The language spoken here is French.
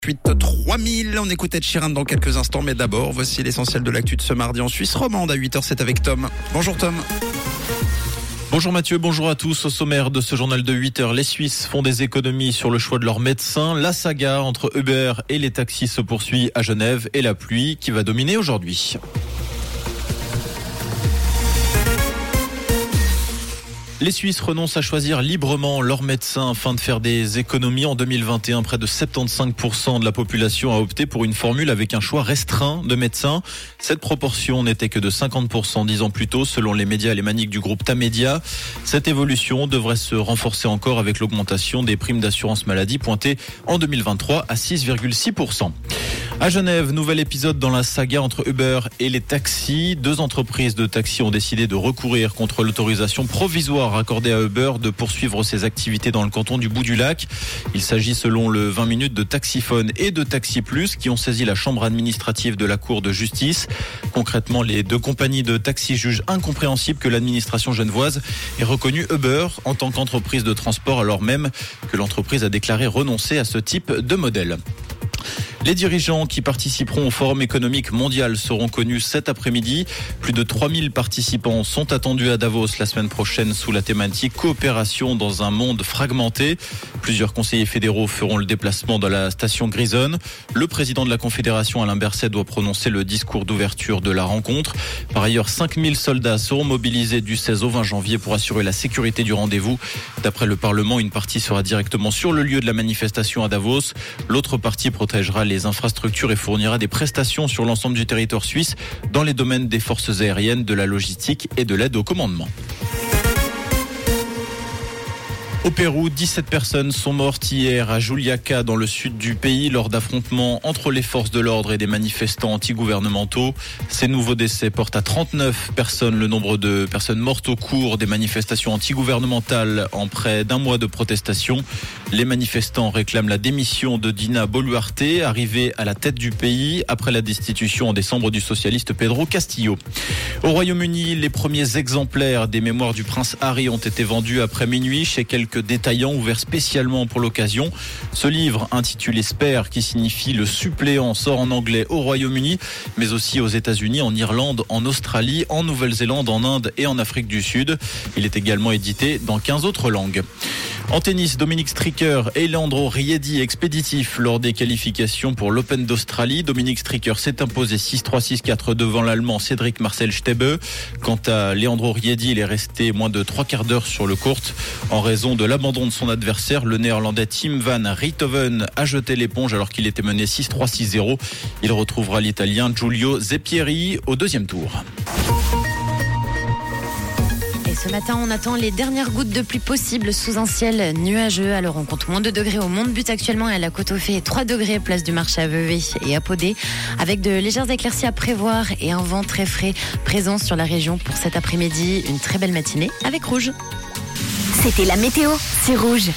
3000, on écoute Ed Sheeran dans quelques instants, mais d'abord, voici l'essentiel de l'actu de ce mardi en Suisse romande à 8h, c'est avec Tom. Bonjour Tom. Bonjour Mathieu, bonjour à tous. Au sommaire de ce journal de 8h, les Suisses font des économies sur le choix de leurs médecins. La saga entre Uber et les taxis se poursuit à Genève et la pluie qui va dominer aujourd'hui. Les Suisses renoncent à choisir librement leurs médecins afin de faire des économies. En 2021, près de 75% de la population a opté pour une formule avec un choix restreint de médecins. Cette proportion n'était que de 50% 10 ans plus tôt, selon les médias alémaniques du groupe Tamedia. Cette évolution devrait se renforcer encore avec l'augmentation des primes d'assurance maladie pointées en 2023 à 6,6%. À Genève, nouvel épisode dans la saga entre Uber et les taxis. Deux entreprises de taxis ont décidé de recourir contre l'autorisation provisoire accordée à Uber de poursuivre ses activités dans le canton du Bout-du-Lac. Il s'agit selon le 20 minutes de Taxiphone et de Taxi Plus qui ont saisi la chambre administrative de la Cour de justice. Concrètement, les deux compagnies de taxis jugent incompréhensible que l'administration genevoise ait reconnu Uber en tant qu'entreprise de transport alors même que l'entreprise a déclaré renoncer à ce type de modèle. Les dirigeants qui participeront au Forum économique mondial seront connus cet après-midi. Plus de 3000 participants sont attendus à Davos la semaine prochaine sous la thématique coopération dans un monde fragmenté. Plusieurs conseillers fédéraux feront le déplacement dans la station Grisonne. Le président de la Confédération, Alain Berset, doit prononcer le discours d'ouverture de la rencontre. Par ailleurs, 5000 soldats seront mobilisés du 16 au 20 janvier pour assurer la sécurité du rendez-vous. D'après le Parlement, une partie sera directement sur le lieu de la manifestation à Davos. L'autre partie protégera les infrastructures et fournira des prestations sur l'ensemble du territoire suisse dans les domaines des forces aériennes, de la logistique et de l'aide au commandement. Au Pérou, 17 personnes sont mortes hier à Juliaca, dans le sud du pays, lors d'affrontements entre les forces de l'ordre et des manifestants anti-gouvernementaux. Ces nouveaux décès portent à 39 personnes le nombre de personnes mortes au cours des manifestations anti-gouvernementales en près d'un mois de protestation. Les manifestants réclament la démission de Dina Boluarte, arrivée à la tête du pays après la destitution en décembre du socialiste Pedro Castillo. Au Royaume-Uni, les premiers exemplaires des mémoires du prince Harry ont été vendus après minuit chez quelques détaillants ouverts spécialement pour l'occasion. Ce livre, intitulé Spare, qui signifie le suppléant, sort en anglais au Royaume-Uni, mais aussi aux États-Unis, en Irlande, en Australie, en Nouvelle-Zélande, en Inde et en Afrique du Sud. Il est également édité dans 15 autres langues. En tennis, Dominic Stricker et Leandro Riedi expéditifs lors des qualifications pour l'Open d'Australie. Dominic Stricker s'est imposé 6-3, 6-4 devant l'Allemand Cédric Marcel Stebe. Quant à Leandro Riedi, il est resté moins de 3 quarts d'heure sur le court en raison de l'abandon de son adversaire. Le Néerlandais Tim van Riethoven a jeté l'éponge alors qu'il était mené 6-3, 6-0. Il retrouvera l'Italien Giulio Zeppieri au deuxième tour. Et ce matin, on attend les dernières gouttes de pluie possibles sous un ciel nuageux. Alors, on compte moins 2 degrés au Mont-de-But actuellement et à la Côte-aux-Fées, 3 degrés place du Marché à Vevey et à Podé, avec de légères éclaircies à prévoir et un vent très frais présent sur la région pour cet après-midi. Une très belle matinée avec Rouge. C'était la météo, c'est Rouge.